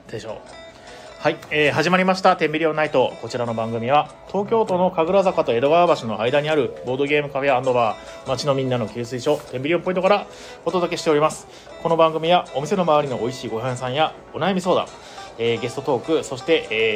でしょう。はい、始まりましたテンビリオンナイト。こちらの番組は東京都の神楽坂と江戸川橋の間にあるボードゲームカフェ&バー、街のみんなの給水所テンビリオンポイントからお届けしております。この番組はお店の周りの美味しいご飯屋さんやお悩み相談、ゲストトーク、そして、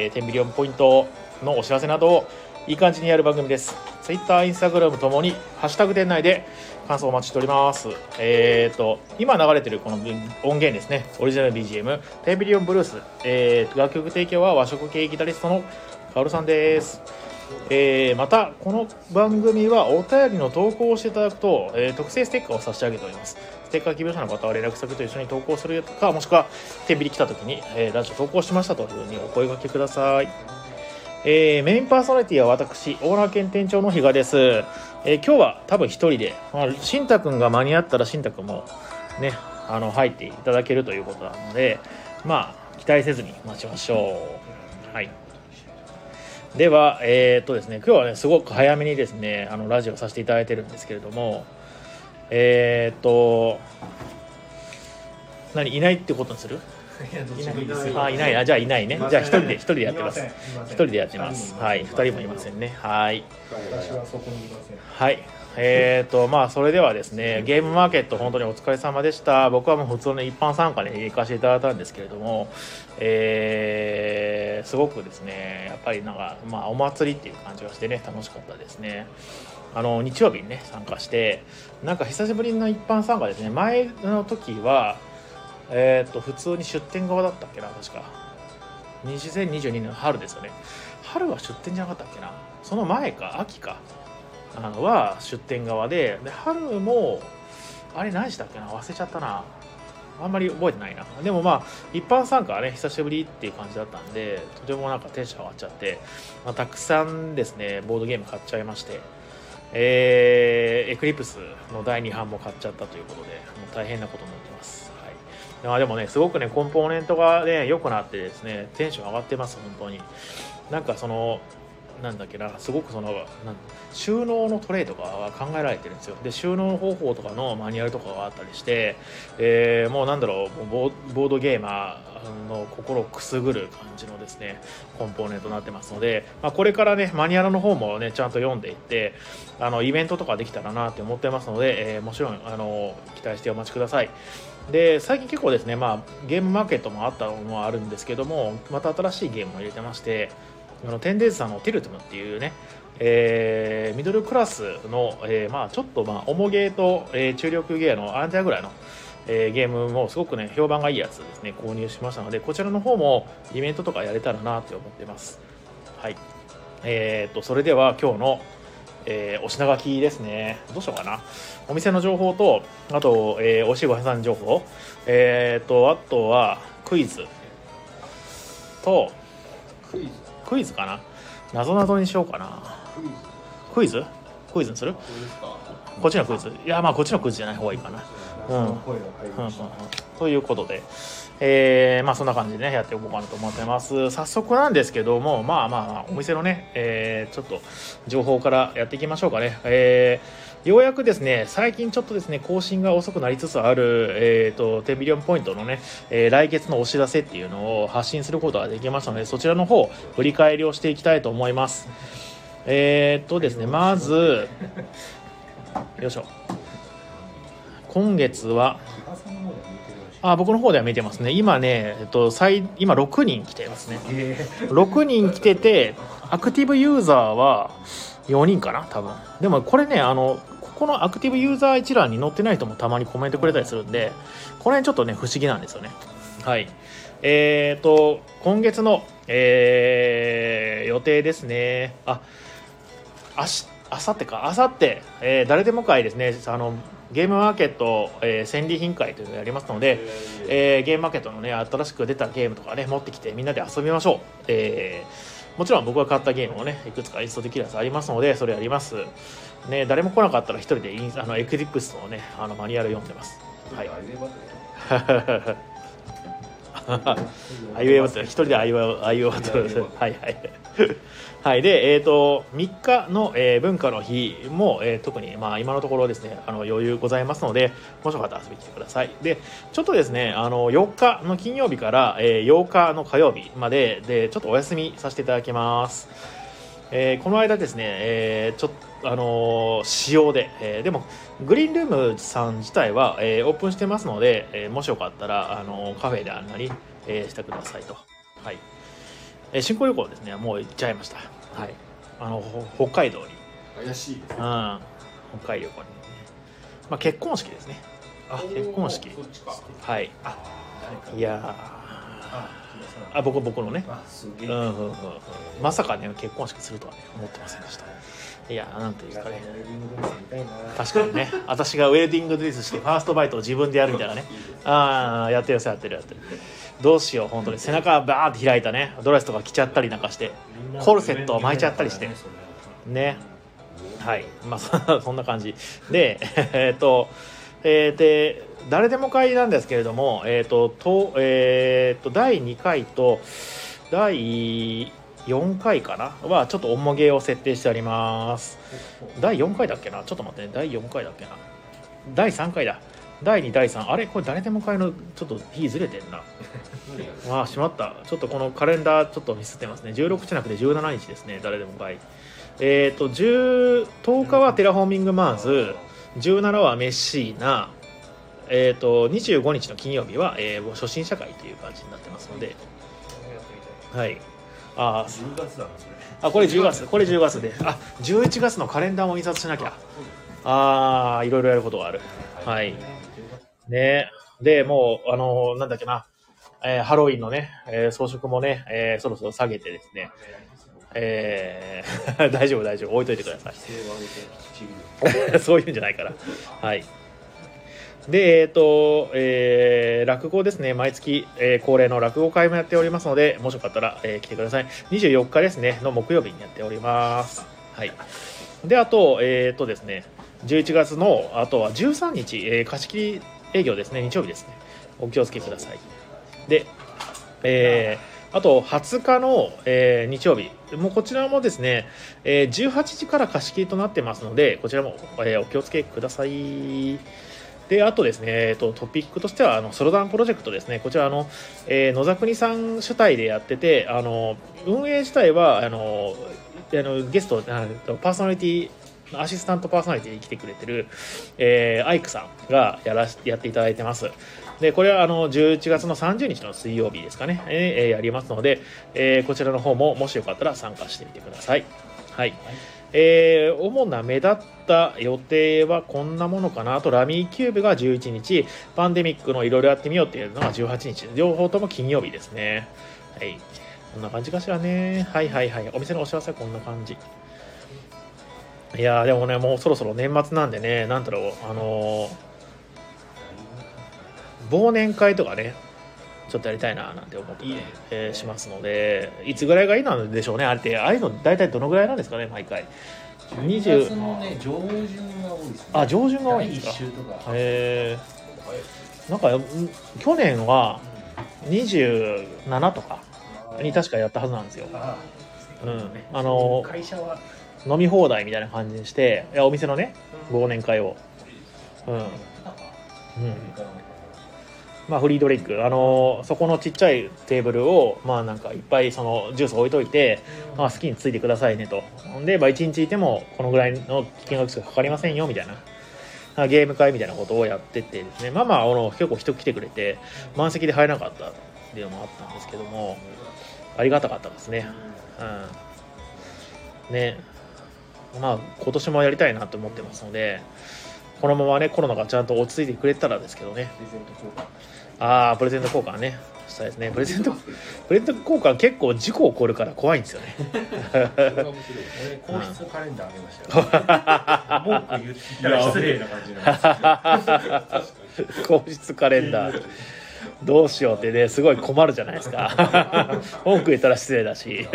テンビリオンポイントのお知らせなどをいい感じにやる番組です。Twitter、Instagram ともにハッシュタグ店内で感想をお待ちしております。今流れてるこの音源ですね、オリジナル BGM テンビリオンブルース、楽曲提供は和食系ギタリストのカオルさんです。またこの番組はお便りの投稿をしていただくと、特製ステッカーを差し上げております。ステッカー希望者の方は連絡先と一緒に投稿するか、もしくはテンビリ来た時に、ラジオ投稿しましたというふうにお声掛けください。メインパーソナリティは私、オーナー兼店長の比嘉です。今日は多分一人で、しんたくんが間に合ったらしんたくんもね、入っていただけるということなので、期待せずに待ちましょう。はい。では、ですね、今日はね、すごく早めにですね、ラジオさせていただいてるんですけれども、いないってことにする？いない。じゃあいないね。じゃあ一人でやってます。一人でやってます。はい、二人もいませんね。はい。 私はそこにいません。 はい。それではですね、ゲームマーケット本当にお疲れ様でした。僕はもう普通の一般参加に行かせていただいたんですけれども、すごくですね、やっぱりお祭りっていう感じがしてね、楽しかったですね。日曜日にね参加して、久しぶりの一般参加ですね。前の時は普通に出店側だったっけな、確か2022年の春ですよね。春は出店じゃなかったっけな、その前か秋かは出店側で、春もあれ何したっけな、忘れちゃったな、あんまり覚えてないな。でも一般参加はね久しぶりっていう感じだったんで、とてもテンション上がっちゃって、たくさんですねボードゲーム買っちゃいまして、エクリプスの第2版も買っちゃったということで、もう大変なことになってます。はい。でもね、すごくねコンポーネントがね良くなってですね、テンション上がってます。本当にすごく収納のトレイとかは考えられてるんですよ。で、収納方法とかのマニュアルとかがあったりして、もうボードゲーマーの心をくすぐる感じのですねコンポーネントになってますので、これからねマニュアルの方もねちゃんと読んでいって、イベントとかできたらなって思ってますので、もちろん期待してお待ちください。で、最近結構ですね、ゲームマーケットもあったのもあるんですけども、また新しいゲームを入れてまして、テンデイズさんのティルトムっていうね、ミドルクラスの、ちょっと重ゲーと、中力ゲーのアンテナぐらいの、ゲームもすごくね評判がいいやつですね購入しましたので、こちらの方もイベントとかやれたらなって思ってます。はい。それでは今日の、お品書きですね。どうしようかな。お店の情報と、あと、美味しいご飯さん情報、あとはクイズと、クイズかな、謎々にしようかな。クイズにする？こっちのクイズ、いやこっちのクイズじゃない方がいいかな。ということで、そんな感じでねやっていこうかなと思ってます。早速なんですけども、お店のね、ちょっと情報からやっていきましょうかね。ようやくですね、最近ちょっとですね更新が遅くなりつつある、10ビリオンポイントのね、来月のお知らせっていうのを発信することができましたので、そちらの方振り返りをしていきたいと思います。ですね、まずよいしょ、今月は僕の方では見てますね。今ね、今6人来てますね。6人来てて、アクティブユーザーは4人かな多分。でもこれね、ここのアクティブユーザー一覧に載ってない人もたまにコメントくれたりするんで、これちょっとね不思議なんですよね。はい。今月の、予定ですね。あさって、誰でも会ですね。ゲームマーケット、戦利品会というのをやりますので、ゲームマーケットのね新しく出たゲームとかね持ってきてみんなで遊びましょう。もちろん僕が買ったゲームをねいくつかインストできるやつありますので、それやりますね。誰も来なかったら一人でエクリプスのねマニュアル読んでます。はい。 あいうえおって一人であいうえおってはいはいはい。で3日の、文化の日も、特にまあ今のところですね余裕ございますので、もしよかったら遊びに来てください。でちょっとですね4日の金曜日から、8日の火曜日まででちょっとお休みさせていただきます。この間ですね、ちょっと仕様で、でもグリーンルームさん自体は、オープンしてますので、もしよかったらカフェであんなり、してくださいと。はい。新婚旅行ですね、もう行っちゃいました。はい。北海道に。 怪しいですね。 うん。北海道旅行に、ね。まあ結婚式ですね。結婚式。はい。いや僕のね、まさかね結婚式するとはね思ってませんでした。いやなんていうかね、確かにね私がウェディングドレスしてファーストバイトを自分でやるみたいなね、やってるどうしよう本当に背中バーって開いたねドレスとか着ちゃったりなんかしてコルセットを巻いちゃったりしてね。はい、まあそんな感じでで誰でも会なんですけれども、第2回と第4回かなはちょっと重げを設定してあります。第4回だっけな、ちょっと待ってね、第4回だっけな、第3回だ、第2第3、あれこれ誰でも会のちょっと日ずれてんなしまった、ちょっとこのカレンダーちょっとミスってますね。16じゃなくて17日ですね、誰でも会。10日はテラフォーミングマーズ、17はメッシーナ、25日の金曜日は、初心者会という感じになってますので、はい。 10月だなそれ。 これ10月、これ10月で、11月のカレンダーも印刷しなきゃ。いろいろやることがある。はい。ね、でもうなんだっけな、ハロウィンのね、装飾もね、そろそろ下げてですね。大丈夫置いといてください。そういうんじゃないから。はい。で落語ですね、毎月、恒例の落語会もやっておりますので、もしよかったら、来てください。24日ですねの木曜日にやっております。はい。であとですね11月のあとは13日、貸し切り営業ですね、日曜日ですね、お気をつけください。であと20日の、日曜日もうこちらもですね、18時から貸し切りとなってますので、こちらも、お気をつけください。であとですね、トピックとしてはソロダンプロジェクトですね。こちら野沢国さん主体でやってて、運営自体はゲストパーソナリティアシスタントパーソナリティに来てくれてる、アイクさんがやっていただいてます。でこれは11月の30日の水曜日ですかね、やりますので、こちらの方ももしよかったら参加してみてください。はい。主な目立った予定はこんなものかな。あとラミーキューブが11日、パンデミックのいろいろやってみようっていうのが18日、両方とも金曜日ですね。はい、こんな感じかしらね。はい。お店のお知らせはこんな感じ。いやでもね、もうそろそろ年末なんでね、なんだろう、忘年会とかねちょっとやりたいななんて思って、しますので、いつぐらいがいいなんでしょうね。ああいうの大体どのぐらいなんですかね、毎回。 12月のね、上旬が多いですね。 上旬が多いんですか。 第1週とか。 なんか去年は27とかに確かやったはずなんですよ。 会社は飲み放題みたいな感じにして、お店のね忘年会を、まあ、フリードリンク、そこのちっちゃいテーブルを、まあ、なんかいっぱいそのジュース置いといて、好きについてくださいねと。で、1日いてもこのぐらいの金額しかかかりませんよみたいなゲーム会みたいなことをやっててですね、まあ結構人来てくれて満席で入らなかったっていうのもあったんですけども、ありがたかったですね。ね、まあ今年もやりたいなと思ってますので、このままねコロナがちゃんと落ち着いてくれたらですけどね。プレゼント交換ねしたいですね。プレゼント交換結構事故起こるから怖いんですよね。 俺皇室カレンダーあげましたよ。文句言ったら失礼な感じなんです。 皇室カレンダーどうしようってねすごい困るじゃないですか文句言ったら失礼だし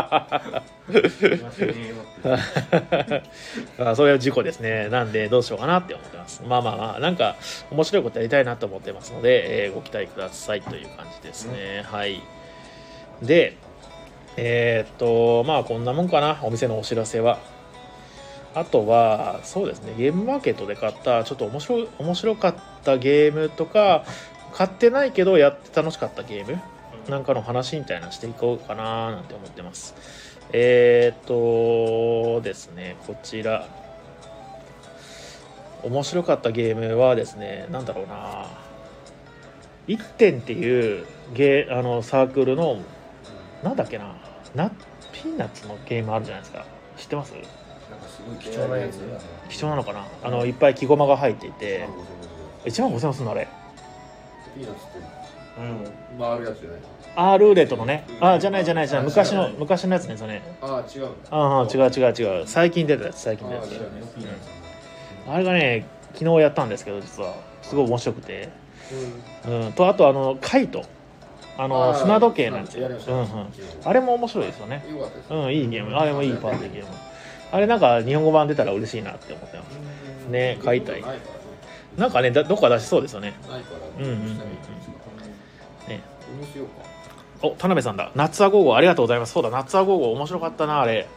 それは事故ですね。なんでどうしようかなって思ってます。まあなんか面白いことやりたいなと思ってますので、ご期待くださいという感じですね、はい。でまあこんなもんかな、お店のお知らせは。あとはそうですね、ゲームマーケットで買ったちょっと面白かったゲームとか、買ってないけどやって楽しかったゲームなんかの話みたいなしていこうかななんて思ってます。ですね、こちら面白かったゲームはですね、なんだろうな、1点っていうサークルのなんだっけな、ピーナッツのゲームあるじゃないですか。知ってます？ なんかすごい貴重なやつ。 貴重なのかな、いっぱい木駒が入っていて1万5000円するのあれ。 ピーナッツって回るやつじゃない？ ルーレットのね。じゃない昔のやつね、それね。 違うん違だ。 う最近出たやつ。あれがね昨日やったんですけど、実はすごい面白くて、とあとカイト砂時計なんですよ。あれも面白いですよね。いいゲーム。あれもいいパーティーゲーム。あれなんか日本語版出たら嬉しいなって思ってますね。買いたい。なんかねどっか出しそうですよね。お、田辺さんだ。夏アゴーゴーありがとうございます。そうだ、夏アゴーゴー面白かったなあれ。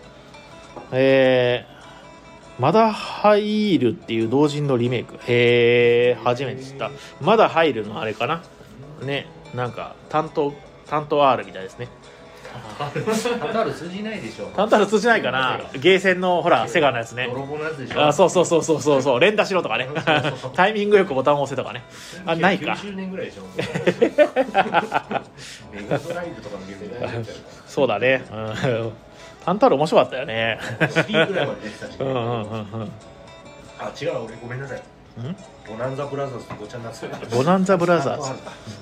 まだ入るっていう同人のリメイク。初めて知った。まだ入るのあれかなね。なんか担当 R みたいですね。 タンタール通じないでしょ。 タンタール通じないかな。ゲーセンのほらセガのやつね。 泥棒のやつでしょ。 そう連打しろとかね。タイミングよくボタンを押せとかね。ないか。 90年ぐらいでしょ。メガドライブとかのゲームじゃない。 そうだね。タンタール面白かったよね。 3ぐらいまで出てたし。違う、俺ごめんなさい。ボナンザブラザーズとごちゃになってた。 ボナンザブラザーズ。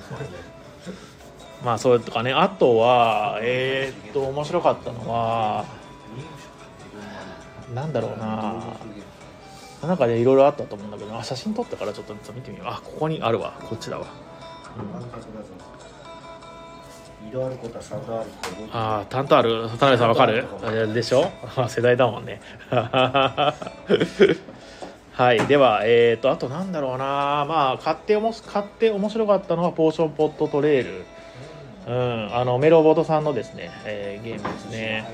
まあそれとかね。あとは面白かったのはなんだろうな、なんかねいろいろあったと思うんだけど、写真撮ったからちょっと見てみよう。ここにあるわ、こっちだわ。タンタール、田辺さんわかるでしょ。世代だもんね。はい、ではあとなんだろうな、まあ買って面白かったのはポーションポットトレイル。メロボードさんのですね、ゲームですね。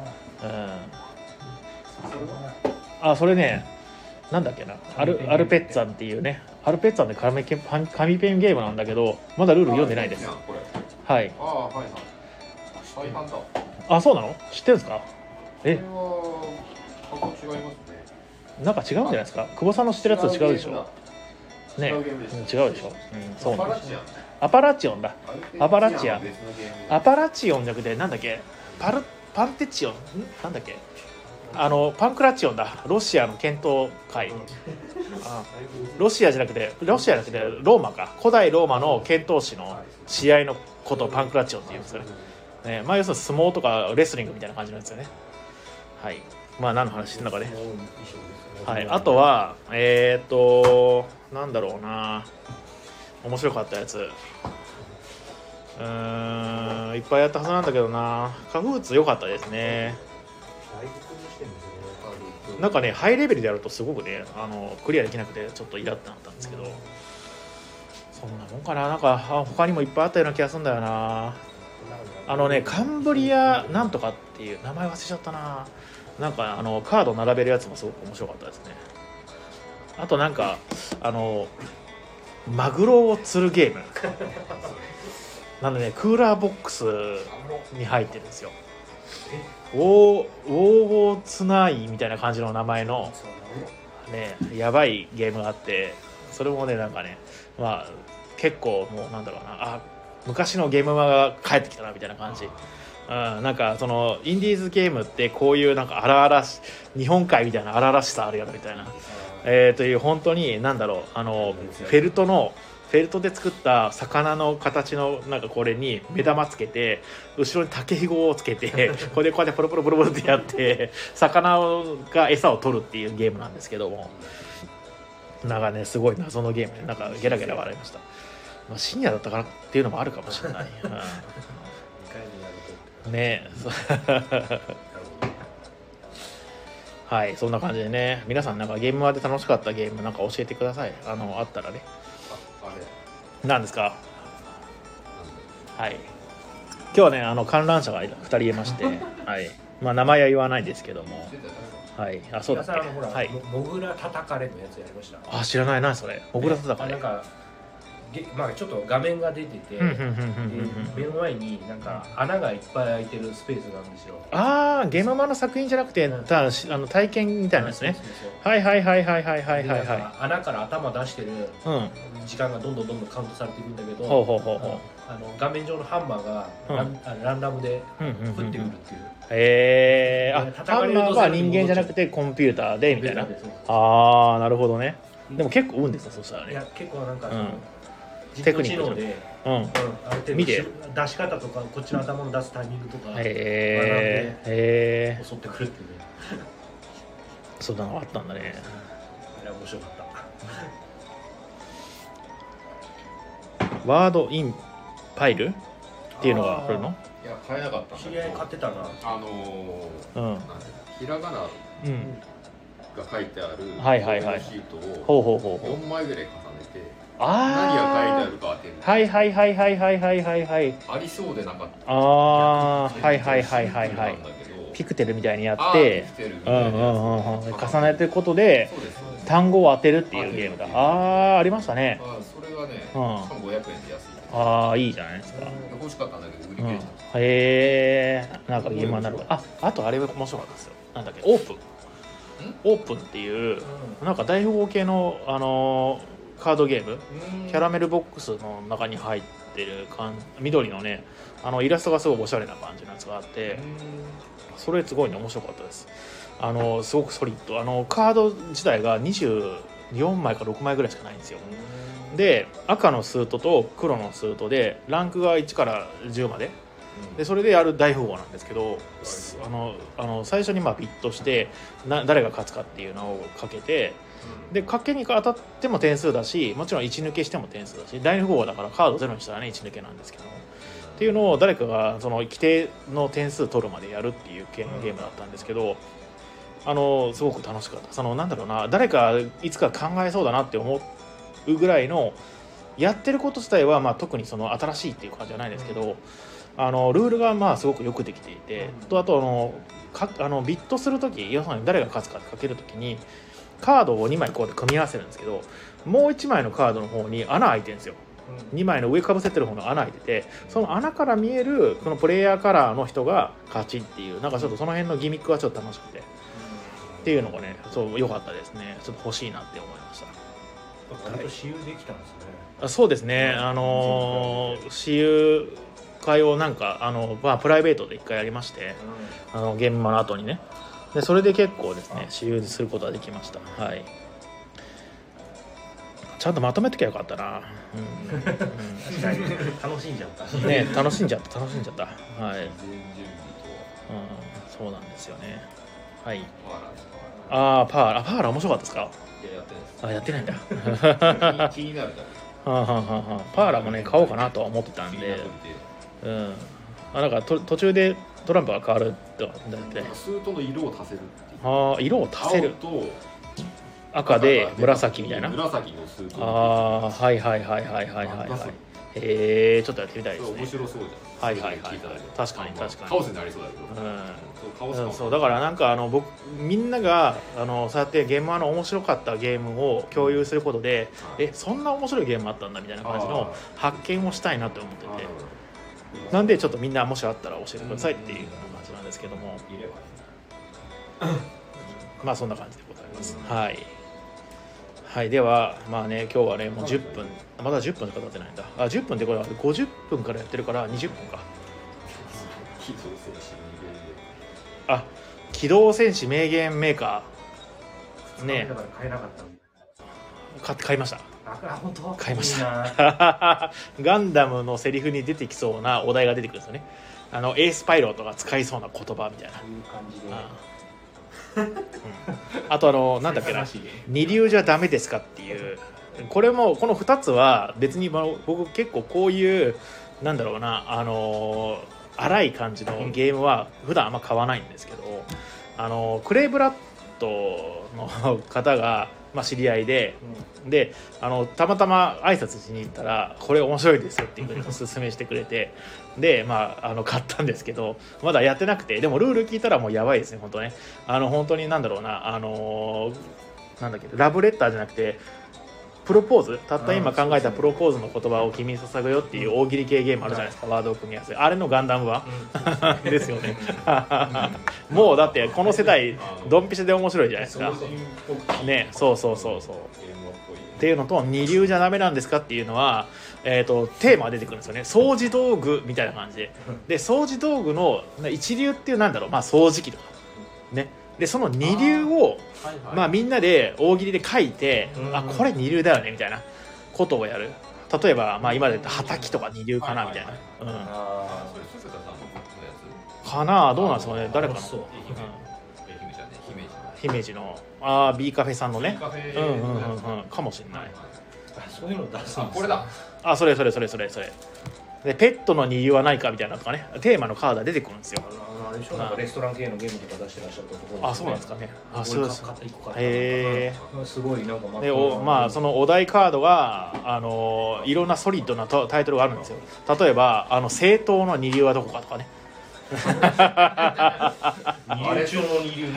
それね、なんだっけな、アルペッツァンっていうね、アルペッツァンで紙ペンゲームなんだけど、まだルール読んでないです。はい。そうなの？知ってるんですか？なんか違うんじゃないですか？久保さんの知ってるやつと違うでしょ。ね、違うでしょ。そうなんです。アパラチオンだ。アパラチオンじゃなくてなんだっけ？パンテチオン？なんだっけ？パンクラチオンだ。ロシアの剣闘会。ロシアじゃなくてローマか。古代ローマの剣闘士の試合のことをパンクラチオンって言うんですよね。要するに相撲とかレスリングみたいな感じなんですよね。はい。まあ何の話してんのかね。はい。あとはなんだろうな。面白かったやつ。いっぱいやったはずなんだけどな。カフーツ良かったですね。なんかねハイレベルでやるとすごくねクリアできなくてちょっとイラってなったんですけど、そんなもんかな。なんか他にもいっぱいあったような気がするんだよな。カンブリアなんとかっていう名前忘れちゃったな。なんかカード並べるやつもすごく面白かったですね。あとなんかマグロを釣るゲームなのでね、クーラーボックスに入ってるんですよ。オーツナイみたいな感じの名前のねやばいゲームがあって、それもねなんかね、まあ結構もうなんだろうな、昔のゲームマが帰ってきたなみたいな感じ。なんかそのインディーズゲームってこういうなんか荒々し日本海みたいな荒々しさあるやろみたいな、という本当になんだろうフェルトで作った魚の形のなんかこれに目玉つけて後ろに竹ひごをつけてこれでこうやってポロポロってやって魚が餌を取るっていうゲームなんですけども、なんかねすごい謎のゲームでなんかゲラゲラ笑いました。 まあ、深夜だったからっていうのもあるかもしれない、 2回目やるうん、ねとなるほど。 はいそんな感じでね皆さんなんかゲームマで楽しかったゲームなんか教えてくださいあったらねあれ何ですかはい今日はね観覧車が2人いましてはいまあ名前は言わないですけどもはいあそうだっけ皆さんほら、 はいモグラ叩かれのやつやりました。 あ知らないなそれモグラ叩かれなんかまあちょっと画面が出てて、で目の前になんか穴がいっぱい開いてるスペースなんですよ。 ああゲームマの作品じゃなくて、 うん体験みたいなですねそうそうそうはいはいはいはいはいはいはいでなんかは穴から頭出してるいうん時間がどんどんカウントされていくんだけど、 ほうほうほうほ画面上のハンマーがランダムでううんうん降ってくるっていう。 あ叩ハンマーかれるとは人間じゃなくてコンピューターでみたいなああなるほどねでも結構運ですよそしたらねいや結構なんかうん人工知能で、 うんある程度見て出し方とかこっちの頭の出すタイミングとかへえ襲ってくるっていうね。 そんなのあったんだねあれは面白かった。 ワードインパイルっていうのが来るのいや買えなかったんだけど知り合い買ってたな。 うんなんてひらがながうん書いてあるはいはいはいシートほうをほうほうほう 4枚ぐらい重ねてあ何が書いてああるか当てる。 はいはいはいはいはいはいはいはいありそうでなかった。 ああはいはいはいはいはいなんだけどピクテルみたいにやあーってピクテルみうたいなやつんうんうんうん重ねてることでそうですそうです。 単語を当てるっていうゲームだああありましたねそれがね、しんかも500円で安い。 ああいいじゃないですか欲しかったんだけど売りうん切れちゃっへえなんかゲームになるからあとあれ面白かったですよなんだっけオープンっていうなんか大富豪系のカードゲームた。 キャラメルボックスの中に入ってる緑のねイラストがすごいおしゃれな感じのやつがあってそれすごいね面白かったですすごくソリッドカード自体が24枚か6枚ぐらいしかないんですよで赤のスートと黒のスートでランクが1から10まででそれでやる大富豪なんですけど最初にビットして誰が勝つかっていうのをかけてで賭けに当たっても点数だしもちろん1抜けしても点数だし大富豪だからカードゼロにしたらね1抜けなんですけどもっていうのを誰かがその規定の点数取るまでやるっていうゲームだったんですけどすごく楽しかったなんだろうな誰かいつか考えそうだなって思うぐらいのやってること自体は特に新しいっていう感じじゃないですけどルールがすごくよくできていてあとビットするとき要するに誰が勝つかってかけるときにカードを2枚こうやって組み合わせるんですけどもう1枚のカードの方に穴開いてるんですよ2枚の上かぶせてる方の穴開いててその穴から見えるそのプレイヤーカラーの人が勝ちっていうなんかちょっとその辺のギミックがちょっと楽しくてっていうのがね良かったですねちょっと欲しいなって思いました割と私有できたんですね。 そうですね私有会をなんかプライベートで1回やりましてゲームマの後にねでそれで結構ですね私有することができましたはいちゃんとまとめときゃよかったな、 確かに楽しんじゃったね楽しんじゃったはい事前準備とそうなんですよねはいパパーラ面白かったですかいややってないです。 やってないんだ気になるだパーラもね買おうかなとは思ってたんでなんか途中でトランプが変わるってだってスートの色を足せるっていう。 色を足せる青と赤で紫みたいな紫のスートはいちょっとやってみたいですね面白そうじゃん。 はい確かにカオスになりそうだけどそうだからなんかみんながそうやってゲームの面白かったゲームを共有することでそんな面白いゲームあったんだみたいな感じの発見をしたいなって思っててなんでちょっとみんなもしあったら教えてくださいっていう感じなんですけどもそんな感じでございますはいでは今日はねもう10分まだ10分しか経ってないんだ10分ってこれは50分からやってるから20分か機動戦士名言メーカーねだから買えなかったんで買いました本当買いましたガンダムのセリフに出てきそうなお題が出てくるんですよねエースパイロットが使いそうな言葉みたいなこういう感じであとなんだっけな二流じゃダメですかっていうこれもこの2つは別に僕結構こういうなんだろうな荒い感じのゲームは普段あんま買わないんですけど、クレイブラッドの方が、知り合いで、でたまたま挨拶しに行ったらこれ面白いですよっていうふうにおすすめしてくれてで、買ったんですけどまだやってなくて、でもルール聞いたらもうやばいですね本当ね。本当になんだろうななんだっけラブレターじゃなくてプロポーズ、たった今考えたプロポーズの言葉を君に捧ぐよっていう大喜利系ゲームあるじゃないですか、ワードを組み合わせ、あれのガンダム版、ですよねもうだってこの世代ドンピシャで面白いじゃないですかね。そうっていうのと、二流じゃダメなんですかっていうのは、テーマが出てくるんですよね。掃除道具みたいな感じで、掃除道具の一流っていうなんだろう、掃除機とかね。でその二流をみんなで大喜利で書いて、これ二流だよねみたいなことをやる。例えば今で言ったはたきとか二流かなみたいな、かな、どうなんですかね、誰かの姫路のB カフェさんのね、かもしれない。 そういうの出すんです。 これだ。 それでペットの二流はないかみたいなのとかね、テーマのカードが出てくるんですよ。 なんかレストラン系のゲームとか出してらっしゃったところ、 そうなんですかね。 そうです。すごいなんかでそのお題カードがいろんなソリッドなタイトルがあるんですよ。例えば政党の二流はどこかとかね。 二流中の二流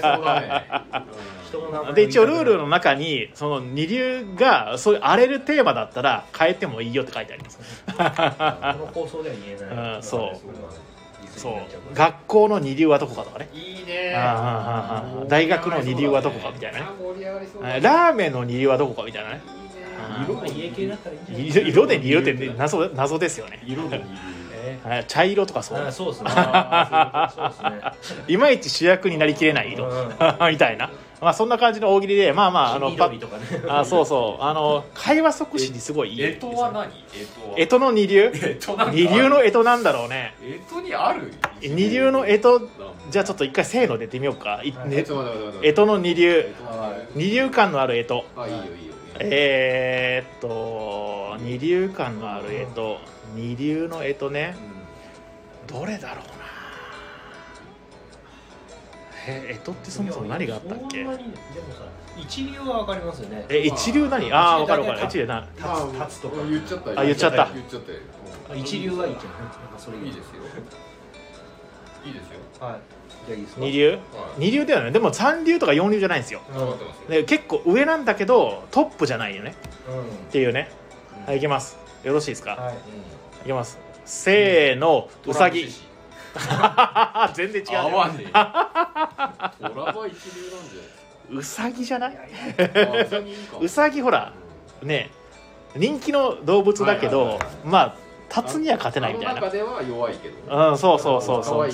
で一応ルールの中にその二流がそういう荒れるテーマだったら変えてもいいよって書いてあります。 この放送では言えない。 そう学校の二流はどこかとかね。 いいね。 大学の二流はどこかみたいなね。ラーメンの二流はどこかみたいなね。 家系だったらいいんじゃないですか。 色で二流って謎ですよね。 色で二流。 茶色とかそう。 そうですね。 いまいち主役になりきれない色みたいな。そんな感じの大喜利で緑とかね。 会話即死にすごいいい。 干支は何？ 干支の二流？二流の干支なんだろうね。 干支にある？ 二流の干支、じゃあちょっと一回せーので言ってみようか。干支の二流。二流感のある干支。 いいよ。 二流感のある干支。二流の干支ね。どれだろうな。干支ってそもそも何があったっけ？でもさ、 一流はわかりますよね。 一流何？わかる。一流な。 立つとか。 言っちゃった。 一流はいいじゃん。それいいですよ。 いいですよ。 はい。じゃあいいですか。 二流だよね。でも三流とか四流じゃないんですよ。で結構上なんだけどトップじゃないよね。っていうね。はい、いきます。よろしいですか？はい。いきます。せーの、うさぎ。全然違う。 合わねえ。トラは一流なんじゃない？ うさぎじゃない？うさぎほらね、人気の動物だけど、立つには勝てないみたいな。 中では弱いけど。 そう。うさぎ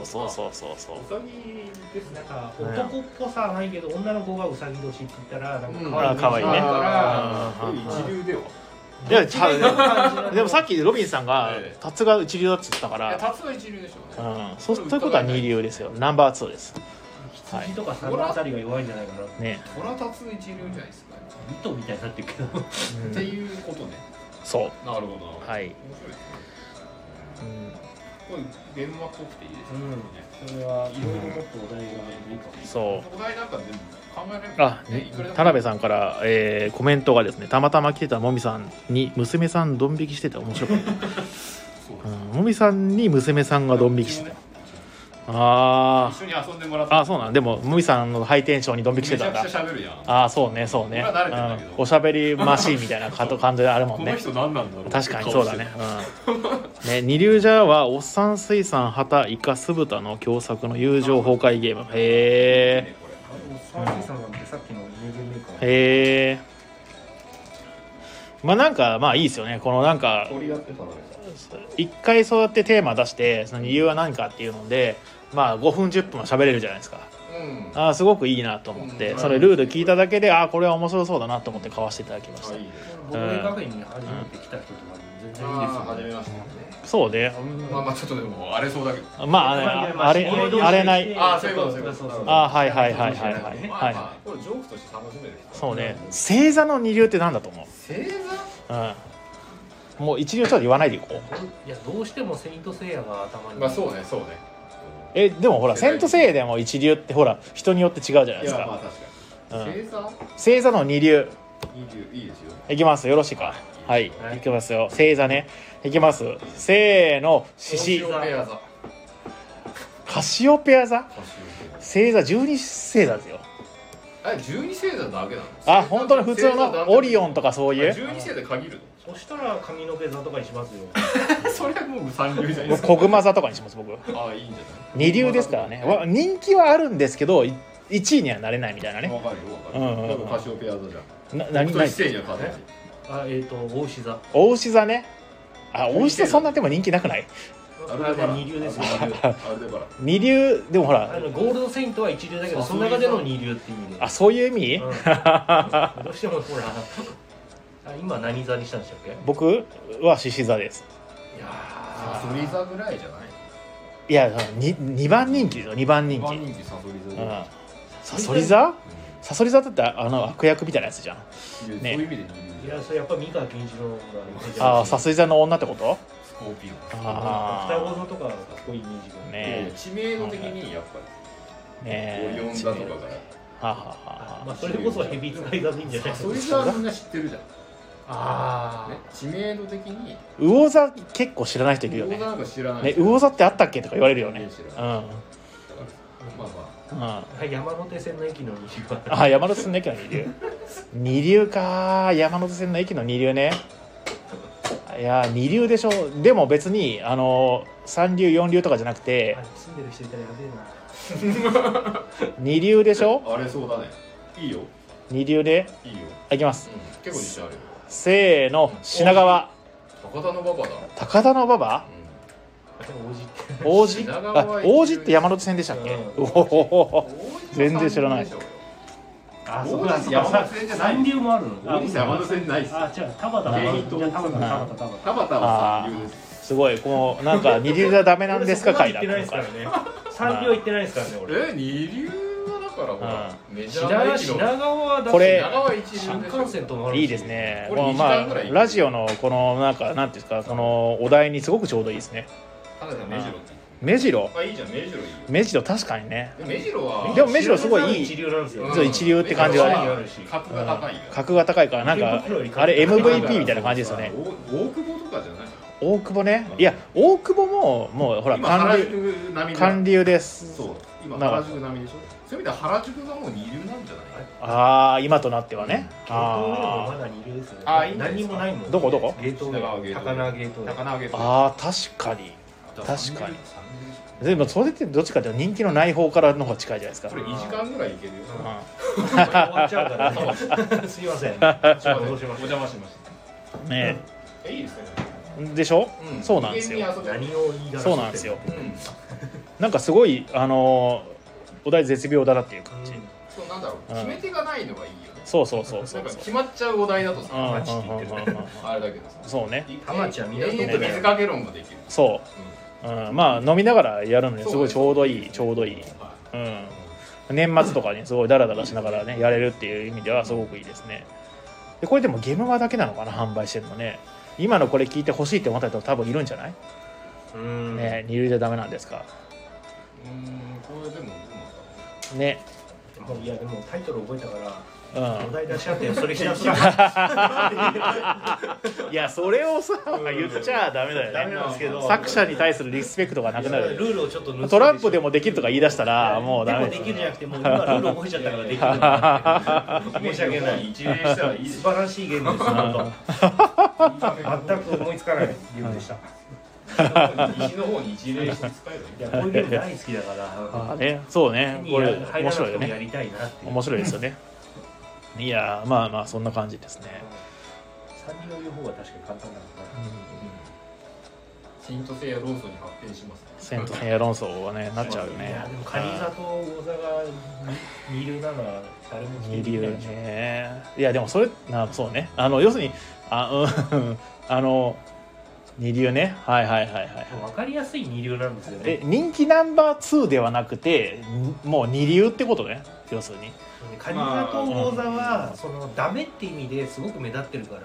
です。なんか男っぽさはないけど、女の子がうさぎ年って言ったらなんか可愛いね。 一流では。 でもさっきロビンさんがタツが一流だって言ったから、 タツは一流でしょうね。 そういうことは二流ですよ。ナンバー2です。 羊とかサンあたりが弱いんじゃないかなね。 トラタツ一流じゃないですか。 糸みたいになってるけど。 っていうことね。 そう。 なるほど。 はい。 これ現場っぽくていいですね。 それはいろいろもっとお題がいいかも。 そう。 お題なんか全部考えられる。 田辺さんから、コメントがですね、たまたま来てたもみさんに娘さんドン引きしてて面白かった。もみさんに娘さんがドン引きしてた。 一緒に遊んでもらった。 そうなん。でももみさんのハイテンションにドン引きしてたんだ。 めちゃくちゃ喋るやん。 そうね。おしゃべりマシーンみたいな感じであるもんね。 この人何なんだろう。 確かにそうだね。ね、二流ジャーはおっさん水産旗イカ酢豚の共作の友情崩壊ゲーム。へえ。へえ。なんかいいですよね。このなんか一回そうやってテーマ出してその理由は何かっていうので5分10分は喋れるじゃないですか。すごくいいなと思って、それルール聞いただけでこれは面白そうだなと思って買わせていただきました。 ボードゲームカフェに初めて来た人とかに全然いいですよ始めましたね。 そうね、 まあちょっとでも荒れそうだけど。 まあ荒れない。 そういうことそういうこと。 はいはいはいはいはいはい。これジョークとして楽しめる。 そうね。星座の二流ってなんだと思う？ 星座？ もう一流ちょっと言わないでいこう。 いやどうしてもセイントセイヤが頭に。 まあそうね。 でもほらセイントセイヤでも一流ってほら人によって違うじゃないですか。 いやまあ確かに。 星座の二流。 いいですよ。 いきますよろしいか。はい、いきますよ。星座ね。いきます。せーの、獅子。カシオペア座。星座12星座ですよ。 12星座だけなの？ 本当に普通のオリオンとかそういう。 12星座限るの？そしたら髪の毛座とかにしますよ。 それはもう三流じゃないですか。 小熊座とかにします僕。 いいんじゃない？ 二流ですからね。人気はあるんですけど1位にはなれないみたいなね。 わかるよ。カシオペア座じゃん。 何？ 一斉には勝てない。 大牛座。 大牛座ね。大牛座そんなでも人気なくない？ 二流ですよ。 二流でもほらゴールドセイントは一流だけどその中での二流っていう意味で。 そういう意味？ どうしてもほら今何座にしたんでしたっけ？ 僕は獅子座です。 いやサソリ座ぐらいじゃない？ いや2番人気ですよ。2番人気。サソリ座？サソリ座だって悪役みたいなやつじゃん。 そういう意味で。 いやそれやっぱ三河健一郎が。 サソリ座の女ってこと？ スコーピオン。 双子座とかかっこいいイメージがね。知名度的にやっぱりね。オリオン座とかが。 まあそれこそヘビ使い座でいいんじゃないですか。 サソリ座はみんな知ってるじゃん。知名度的に魚座結構知らない人いるよね。 魚座なんか知らない。 魚座ってあったっけとか言われるよね。 山手線の駅の二流は。山手線の駅の二流。二流か。山手線の駅の二流ね。いや二流でしょ。でも別に三流四流とかじゃなくて。 住んでる人いたらやべえな。 二流でしょ。 あれそうだね。いいよ。 二流で。 いいよ。 いきます。 結構自信あるよ。 せーの、品川。 高田馬場だ。 高田馬場？王子？王子って山手線でしたっけ？全然知らない。 そうなんですよ。三流もあるの？ 山手線ないっす。 違う。田畑は三流です。 すごいこうなんか二流じゃダメなんですか回だったんですかね。 三流は行ってないですからね俺。 二流はだからほらメジャーな駅の品川はだこれ新幹線ともあるしいいですね。ラジオのこのなんていうんですかこのお題にすごくちょうどいいですね。目白。 いいじゃん目白いい。 目白確かにね。 目白はでも目白すごいいい。 一流なんですよ。 一流って感じがね。 格が高い。 格が高いからなんかあれ MVP みたいな感じですよね。 大久保とかじゃない？ 大久保ね。いや大久保ももうほら韓流です。 そう今原宿並みでしょ。そういう意味では原宿がもう二流なんじゃない？ 今となってはね。 まだ二流ですよね。何もないもん。 どこ？ ゲートウェイ。高輪ゲートウェイ。 確かに。でもそれってどっちかというと人気のない方からの方が近いじゃないですか。 これ2時間ぐらいいけるよ。 終わっちゃうからね。すいません。お邪魔しました。 ねえ。いいですね。 でしょ？そうなんですよ。そうなんですよ。なんかすごいお題絶妙だなっていう感じ。 そうなんだろう。決め手がないのがいいよね。 そう。 決まっちゃうお題だとさ、ハマチって言ってる。あれだけどさ。 そうね。 ハマチはみんな水かけ論ができる。 そう。まあ飲みながらやるのにすごいちょうどいい。年末とかにすごいダラダラしながらねやれるっていう意味ではすごくいいですね。でこれでもゲームマだけなのかな販売してるのね。今のこれ聞いてほしいって思った人多分いるんじゃない？ね二流じゃダメなんですか？ これでもね。 いやでもタイトル覚えたから。お題出し合ってそれひたすらいやそれをさ言っちゃダメだよね。 ダメなんですけど作者に対するリスペクトがなくなる。 ルールをちょっとトランプでもできるとか言い出したらもうダメです。 できるじゃなくてもう今ルール覚えちゃったからできるんだ申し訳ない。一例したらいい素晴らしいゲームです全く思いつかないゲームでした。 西の方に一例して使える。 いやこういうゲーム大好きだからね。そうね。これ面白いよね。 やりたいなって面白いですよね。いやまあそんな感じですね。 三人の言う方が確かに簡単なのかな。 セイントセイヤ論争に発展しますね。 セイントセイヤ論争はねなっちゃうよね。 いやでもカニ座と魚座が二流なのは誰も二流ね。いやでもそれそうね要するに二流ね。はいはいはいはい。 分かりやすい二流なんですよね。 人気ナンバー2ではなくてもう二流ってことね、要するに。 上方と王座はそのダメって意味ですごく目立ってるから、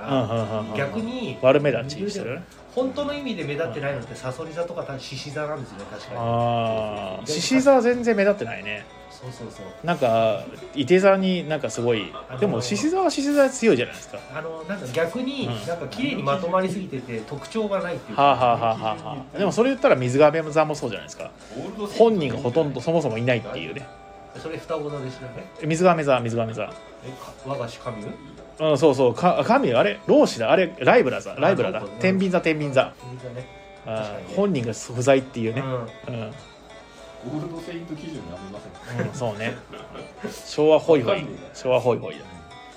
逆に悪目立ちしてる。 本当の意味で目立ってないのってさそり座とか獅子座なんですよね、確かに。 ああ、獅子座は全然目立ってないね。 そうそうそう。 なんかいて座になんかすごい、でも獅子座は獅子座で強いじゃないですか。 なんか逆になんか綺麗にまとまりすぎてて特徴がないっていうか、 はあはあはあはあ。でもそれ言ったら水亀座もそうじゃないですか。本人がほとんどそもそもいないっていうね。 それ双子座でしたね。 水亀座、水亀座。 我が師神うん、そうそう、神あれ老子だ、あれライブラだ、天秤座、天秤座。本人が不在っていうね。 ゴールドセイント基準にありません。 うん、そうね。昭和ホイホイ、昭和ホイホイだ。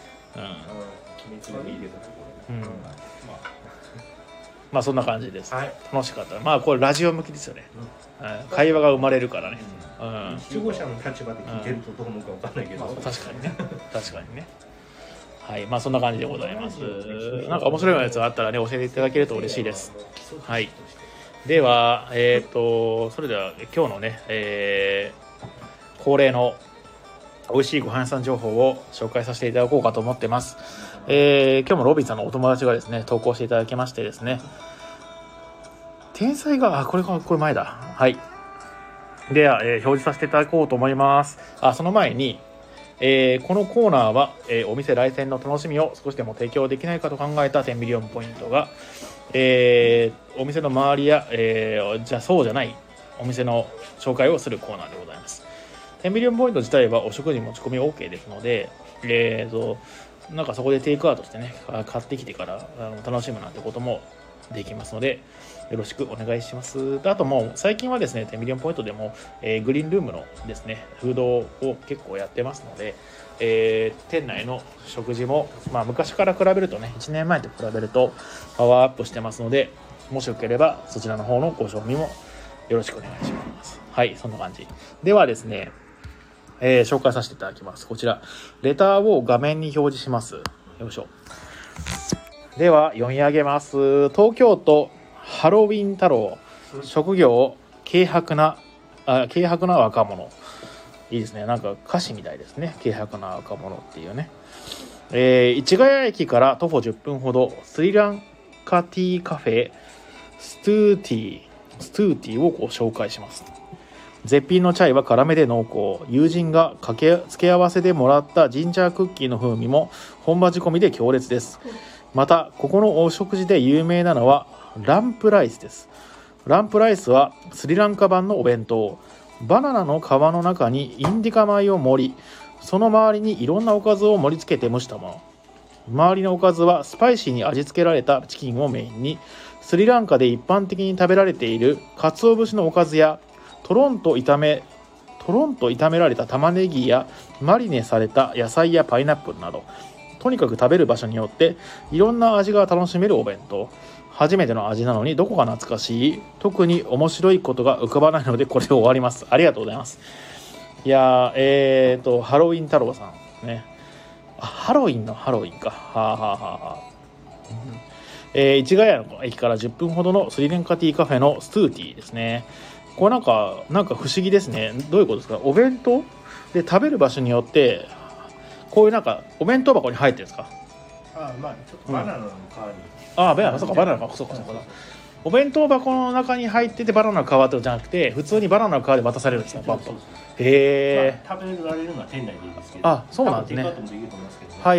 まあそんな感じです。楽しかった。まあこれラジオ向きですよね。会話が生まれるからね。 視聴者の立場で聞いてるとどう思うかわかんないけど。 確かにね。確かにね。はい、まあそんな感じでございます。なんか面白いやつがあったらね教えていただけると嬉しいです。はい。ではそれでは今日のね、恒例の美味しいご飯屋さん情報を紹介させていただこうかと思ってます。今日もロビンさんのお友達がですね投稿していただきましてですね、天才がこれ前だ。はい。では、表示させていただこうと思います。その前に、このコーナーは、お店来店の楽しみを少しでも提供できないかと考えた10ミリオンポイントが、お店の周りや、そうじゃないお店の紹介をするコーナーでございます。10ミリオンポイント自体はお食事持ち込み OK ですので、なんかそこでテイクアウトしてね買ってきてから楽しむなんてこともできますのでよろしくお願いします。あともう最近はですね10ミリオンポイントでも、グリーンルームのですねフードを結構やってますので、店内の食事も、昔から比べるとね1年前と比べるとパワーアップしてますので、もしよければそちらの方のご賞味もよろしくお願いします。はい、そんな感じではですね、紹介させていただきます。こちらレターを画面に表示します。よいしょ。では読み上げます。東京都ハロウィン太郎、職業軽薄な若者。いいですね、なんか歌詞みたいですね。軽薄な若者っていうね。市ヶ谷駅から徒歩10分ほど、スリランカティーカフェストゥーティーをご紹介します。絶品のチャイは辛めで濃厚。友人が付け合わせでもらったジンジャークッキーの風味も本場仕込みで強烈です。またここのお食事で有名なのはランプライスです。ランプライスはスリランカ版のお弁当。バナナの皮の中にインディカ米を盛り、その周りにいろんなおかずを盛り付けて蒸したもの。周りのおかずはスパイシーに味付けられたチキンをメインに、スリランカで一般的に食べられている鰹節のおかずやトロンと炒められた玉ねぎやマリネされた野菜やパイナップルなど、とにかく食べる場所によっていろんな味が楽しめるお弁当。初めての味なのにどこか懐かしい。特に面白いことが浮かばないのでこれで終わります。ありがとうございます。いやハロウィン太郎さんね。ハロウィンのハロウィンか。市ヶ谷の駅から10分ほどのスリランカティーカフェのストゥーティーですね。これなんか不思議ですね。どういうことですか。お弁当で食べる場所によってこういうなんかお弁当箱に入ってるんですか。 ちょっとバナナの皮に、 バナナの皮、そうか。お弁当箱の中に入っててバナナの皮とじゃなくて普通にバナナの皮で渡されるんですよ。へえ。 食べられるのは店内でいいですけど。 そうなんですね。はい。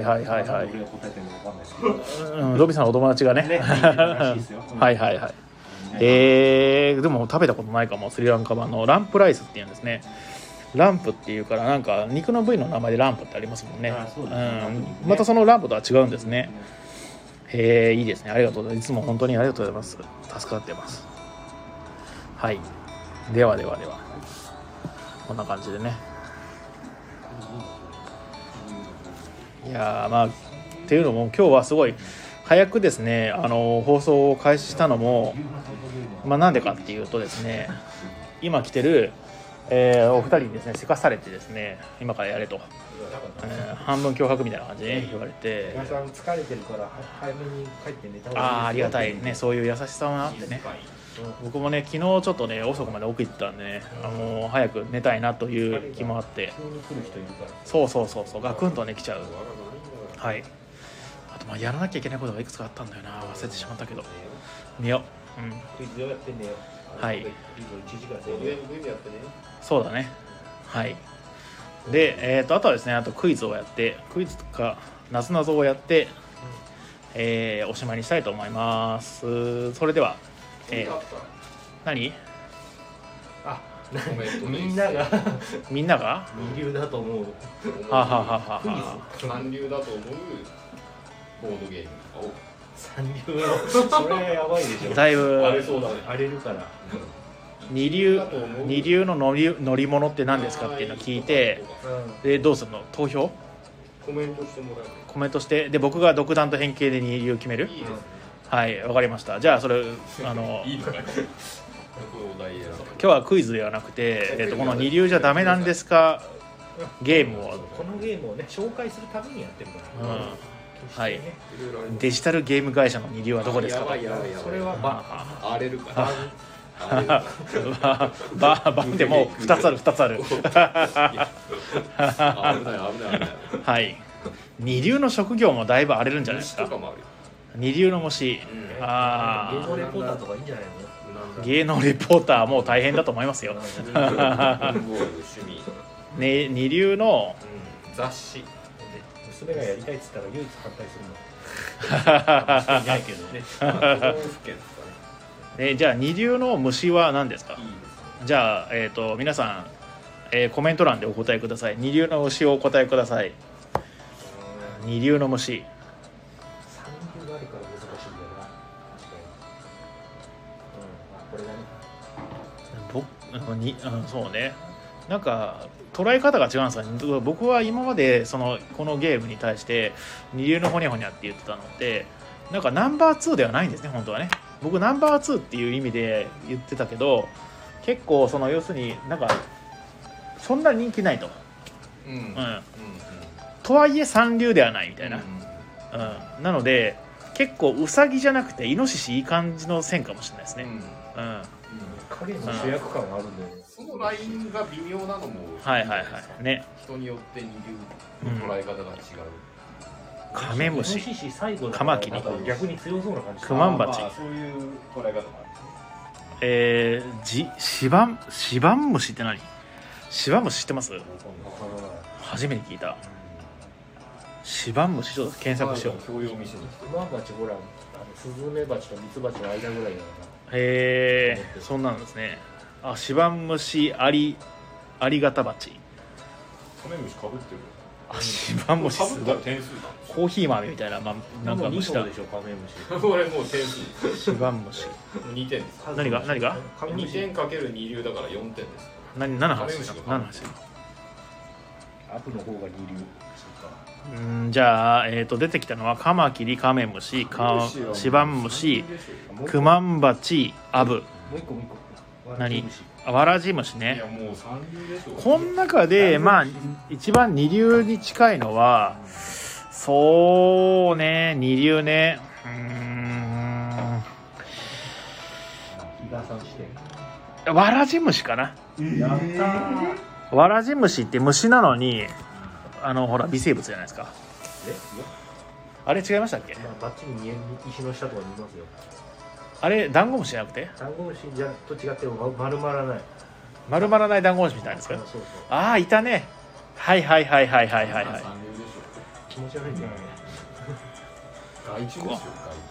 ロビさんのお友達がね。はい。でも食べたことないかも。スリランカ版のランプライスっていうんですね。ランプっていうからなんか肉の部位の名前でランプってありますもんね。またそのランプとは違うんですね。いいですね。ありがとうございます。いつも本当にありがとうございます。助かってます。はい。ではこんな感じでね。いやっていうのも今日はすごい早くですね放送を開始したのもなんでかっていうとですね、今来てるお二人にですねせかされてですね今からやれと、半分脅迫みたいな感じで、ね、言われて、 皆さん疲れてるから早めに帰って寝た方がいいですよ。 ありがたいね、そういう優しさもあってね。僕もね昨日ちょっとね遅くまで奥行ったんでね、もう早く寝たいなという気もあって、 急に来る人いるから。 そうガクンとね来ちゃう。はい。あとまあやらなきゃいけないことがいくつかあったんだよな、忘れてしまったけど寝よう。 クイズをやってんねよ。 はい。 クイズ1時間ゲームやってね。 そうだね。はい。であとはですね、あとクイズをやって、クイズとかなぞなぞをやって、おしまいにしたいと思います。それでは、何？ あ、みんながみんなが二流だと思う。 はははは三流だと思うボードゲーム。 三流のそれはやばいでしょ。 だいぶ荒れそうだね。 荒れるから。 二流の乗り物って何ですかっていうのを聞いて、でどうするの？投票？ コメントしてもらえる。 コメントして、で僕が独断と偏見で二流決める？ いいですね。 はい、わかりました。じゃあそれいいのかい。 今日はクイズではなくて、この二流じゃダメなんですかゲームを、 このゲームをね紹介するためにやってるから。 はい。デジタルゲーム会社の二流はどこですかと。 それは荒れるから。 バンでも2つある2つある。 危ない。 はい。二流の職業もだいぶ荒れるんじゃないですか。二流の虫。ああ。芸能レポーターとかいいんじゃないの？ 芸能レポーターも大変だと思いますよ。ね、二流の雑誌。 娘がやりたいっつったら唯一反対するの。いないけどね。 じゃあ二流の虫は何ですか？じゃあ、皆さん、コメント欄でお答えください。二流の虫をお答えください。二流の虫。 三流があるから難しいんだよな。確かに。これだね。 そうね。なんか捉え方が違うんですよね。僕は今までこのゲームに対して二流のホニャホニャって言ってたのってなんかナンバー2ではないんですね、本当はね。僕ナンバー2っていう意味で言ってたけど、結構要するになんかそんな人気ないと、とはいえ三流ではないみたいな、なので結構ウサギじゃなくてイノシシいい感じの線かもしれないですね。 影の主役感があるんだよね。 そのラインが微妙なのもね、 人によって二流の捉え方が違う。 カメムシ、カマキリ、 逆に強そうな感じ。 クマンバチ、 そういう捉え方もある。 シバンムシって何？シバンムシ知ってます？初めて聞いた。シバンムシちょっと検索しよう。 クマンバチほらスズメバチとミツバチの間ぐらいだから。 そんなんですね。シバンムシアリガタバチ。 カメムシかぶってる。 シバンムシすごい。コーヒー豆みたいな、なんか虫だ。 でしょカメムシ。 これもう点数。 シバンムシ。 2点です。 何が 2点かける二流だから4点です。 何の話？ アプの方が二流。 じゃあ、出てきたのはカマキリ、カメムシ、シバンムシ、クマンバチ、アブ。 もう一個。 何？ワラジムシね。 いやもう三流でしょ。 この中で一番二流に近いのはそうね、二流ね。ワラジムシかな。 やったワラジムシって虫なのにほら微生物じゃないですか。あれ違いましたっけ？ バッチリ見える石の下とかにいますよ。 あれダンゴムシじゃなくて？ ダンゴムシと違って丸まらない。 丸まらないダンゴムシみたいですか？ そうああいたね。はい。 気持ち悪いんだよね。 害虫ですよ、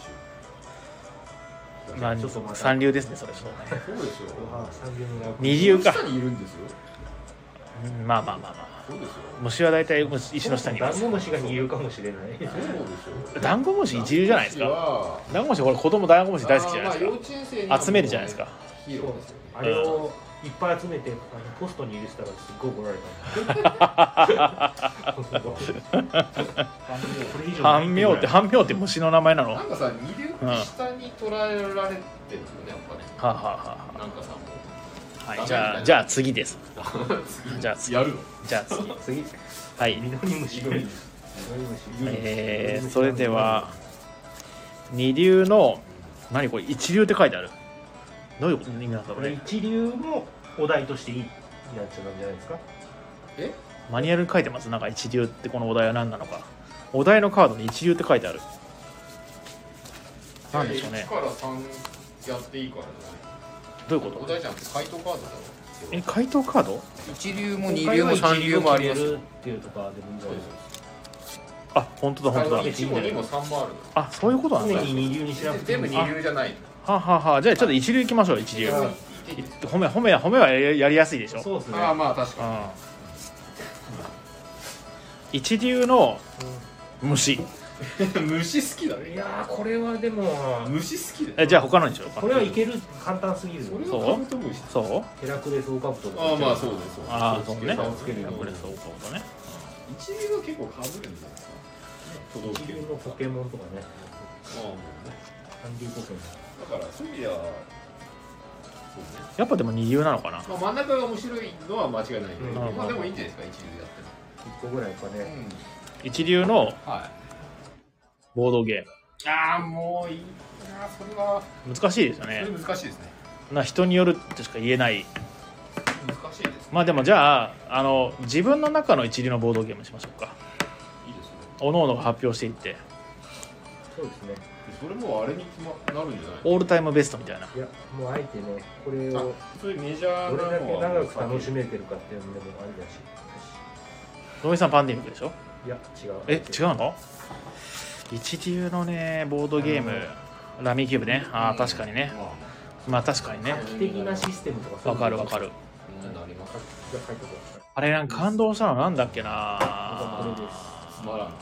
害虫。三流ですね、それ。 そうですよ。 二流か。 下にいるんですよ。 まあ。 そうですよ。 虫は大体石の下にいます。 ダンゴムシが二流かもしれない。 そうですよ。 ダンゴムシ一流じゃないですか。ダンゴムシこれ子供ダンゴムシ大好きじゃないですか。集めるじゃないですか。 あれをいっぱい集めてポストに入れてたらすっごい怒られた。 半妙って虫の名前なの？ なんかさ、二流って下に捉えられてるよね、やっぱね。 はあ。 なんかさ、 はい、じゃあ次です。じゃあ次。 やるの？ じゃあ次。はい。 緑虫。 それでは二流の何これ一流って書いてある。どういうこと意味なんだろうね。 一流もお題としていいやつなんじゃないですか。 マニュアルに書いてます。なんか一流ってこのお題は何なのか。お題のカードに一流って書いてある。なんでしょうね。 1から3やっていいからじゃない？ どういうこと？ お題じゃなくて回答カードだろ。 回答カード？ 一流も二流も三流もありますよ。 っていうとかでもいいんじゃないですか。 あ、本当だ。 1も2も3もあるの。 あ、そういうことなんだ。 常に二流にしなくて全部二流じゃないの。 は。じゃあちょっと一流いきましょう。一流。褒めはやりやすいでしょ。 そうですね。 ああ、まあ確かに。 一流の虫。 虫好きだね。 いやーこれはでも虫好きだよ。 じゃあ他のにしようか。 これはいける。簡単すぎる。 それはカブトムシ。 そう？ ヘラクレスオオカブト。 ああ、まあそうです。 ああ、そうね。 差をつけるようにこれそうかね。 一流は結構かぶるんじゃないですか。 一流のポケモンとかね。 ああ、もうね。 韓流ポケモン。 だからそういう意味では、そうね。 やっぱでも二流なのかな。 まあ真ん中が面白いのは間違いないけど、 うんまあでもいいんじゃないですか、一流でやって 1個ぐらいかも。 ね。 一流のはい。 ボードゲああ、もういいな、それは。 ーム。難しいですよそれね。 難しいですね。 人によるとしか言えない。 難しいです。 まあでもじゃあ自分の中の一流のボードゲームにしましょうか。 いいですね。 各々が発表していって、 そうですね。 それもあれになるんじゃない？ オールタイムベストみたいな。 いやもうあえてねこれをそういうメジャーどれだけなのは長く楽しめてるかっていうのでもありだし。 ロイさんパンデミックでしょ。 いや違う。 違うの？一流のねボードゲーム、ラミーキューブね。ああ確かにね。まあ確かにね。 画期的なシステムとかわかる。 みんなのあります。 じゃあ書いてこう。 あれなんか感動したのなんだっけな。 これです。 つまらん。あ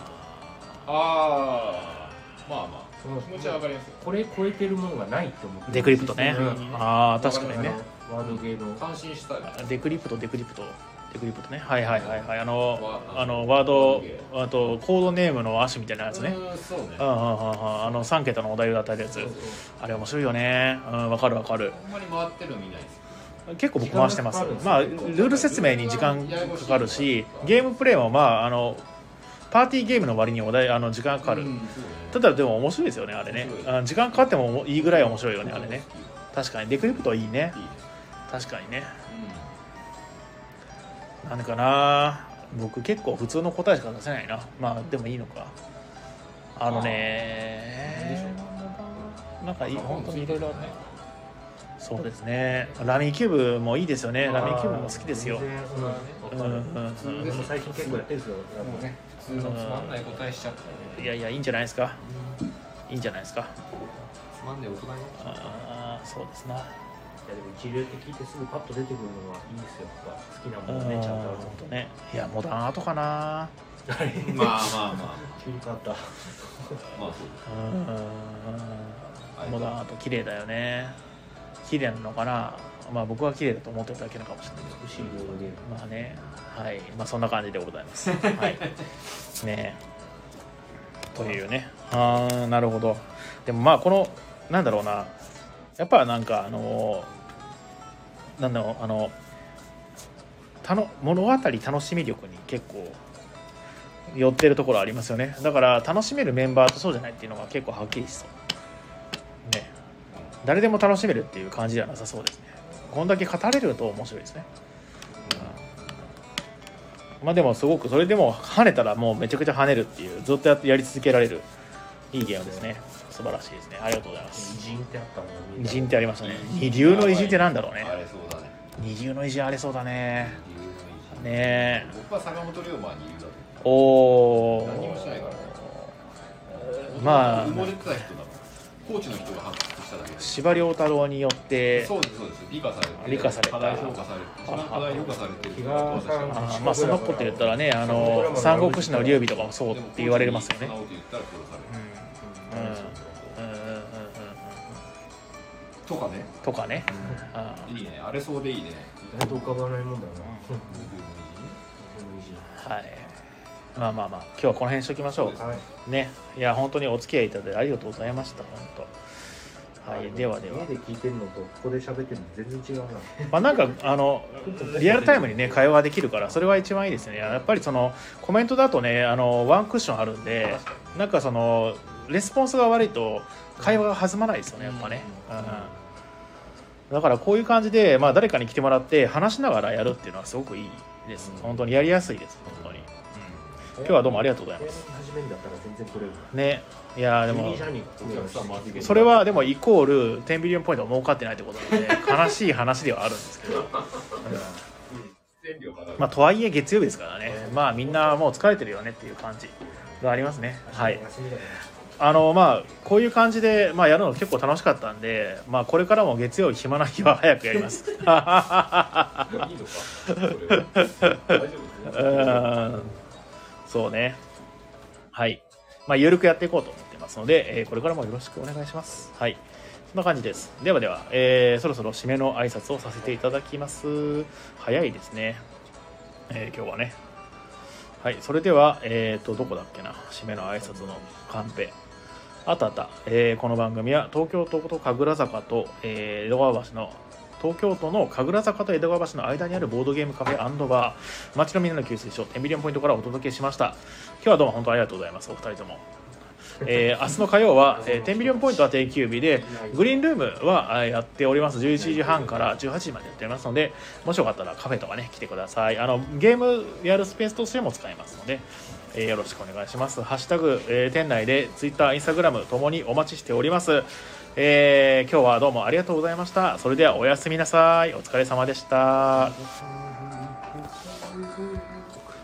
あ、まあまあ気持ちはわかりますよ。 これ超えてるものがないと思って。 デクリプトね。ああ確かにね。 ワードゲーム。 感心したい。 デクリプトね。はい。ワードあとコードネームの亜種みたいなやつね。 そうね。 3桁のお題だったやつ。あれ面白いよね。わかる。 あんまり回ってるの見ないです。 結構僕回してます。まあルール説明に時間かかるし、ゲームプレイもまあパーティーゲームの割にお題時間かかる。ただでも面白いですよねあれね。時間かかってもいいぐらい面白いよねあれね。確かにデクリプトはいいね。確かにね。なんかな、僕結構普通の答えしか出せないな。まあでもいいのか。なんか本当にいろいろあるね。そうですね。ラミーキューブもいいですよね。ラミーキューブも好きですよ。 最近結構やってるんですよ。 普通のつまんない答えしちゃった。 いやいいんじゃないですか。 つまんない大人に。 そうですな。 いやでも一流って聞いてすぐパッと出てくるのはいいですよ。好きなものねちゃんとあるとね。いやモダンアートかな。 まあ急に変わった。 まあそうです。 モダンアート綺麗だよね。綺麗なのかな。まあ僕は綺麗だと思ってるだけなのかもしれない。 美しいボードゲーム。 まあね、はい、まあそんな感じでございます。はい。ね。というね。なるほど。でもまあこのなんだろうな。やっぱなんか物語楽しみ力に結構寄ってるところありますよね。だから楽しめるメンバーとそうじゃないっていうのが結構はっきりしそうね。誰でも楽しめるっていう感じではなさそうですね。こんだけ語れると面白いですね。まあでもすごくそれでも跳ねたらもうめちゃくちゃ跳ねるっていうずっとやり続けられるいいゲームですね。素晴らしいですね。ありがとうございます。 偉人ってあったもんね。 偉人ってありましたね。二流の偉人ってなんだろうね。 あれそうだね。 二流の偉人ありそうだね。 二流の偉人。 ねえ。 僕は坂本龍馬は二流だとおお。 何もしないから。 まあ埋もれてた人だもん。コーチの人が発掘しただけで。 司馬遼太郎によってそうです。理科された。課題評価されて。一番課題評価されてる人が私は。 まあそのこと言ったらね、三国志の劉備とかもそうって言われますよね。とかね。 いいね。あれそうでいいね。 意外と浮かばないもんだな。 はい。まあ今日はこの辺にしときましょう。ね。いや本当にお付き合いいただいてありがとうございました。本はい、ではでは。 家で聞いてるのとここで喋ってるの全然違うな。 まあなんかリアルタイムにね会話できるからそれは一番いいですね。やっぱりそのコメントだとねワンクッションあるんで、なんかそのレスポンスが悪いと会話が弾まないですよねやっぱね。だからこういう感じで、まあ、誰かに来てもらって話しながらやるっていうのはすごくいいです。本当にやりやすいです本当に。今日はどうもありがとうございます。 始めんだったら全然取れるね。いやでもそれはでもイコール10ビリオンポイント儲かってないってことなので悲しい話ではあるんですけどまあとはいえ月曜日ですからね、まあみんなもう疲れてるよねっていう感じがありますね。はい。まあこういう感じで、まあ、やるの結構楽しかったんで、まあ、これからも月曜日暇な日は早くやります。そうね。はい。まあ、ゆるくやっていこうと思ってますので、これからもよろしくお願いします。はい。そんな感じです。ではでは、そろそろ締めの挨拶をさせていただきます。早いですね。今日はね。はい。それでは、どこだっけな。締めの挨拶のカンペ。あったあった。この番組は東京都と神楽坂と、江戸川橋の東京都の神楽坂と江戸川橋の間にあるボードゲームカフェ&バー街のみんなの給水所10ビリオンポイントからお届けしました。今日はどうも本当にありがとうございます。お二人とも。明日の火曜は、10ビリオンポイントは定休日でグリーンルームはやっております。11時半から18時までやっておりますので、もしよかったらカフェとかね来てください。ゲームやるスペースとしても使えますので、よろしくお願いします。ハッシュタグ、店内でツイッター、インスタグラムともにお待ちしております。今日はどうもありがとうございました。それではおやすみなさい。お疲れ様でした。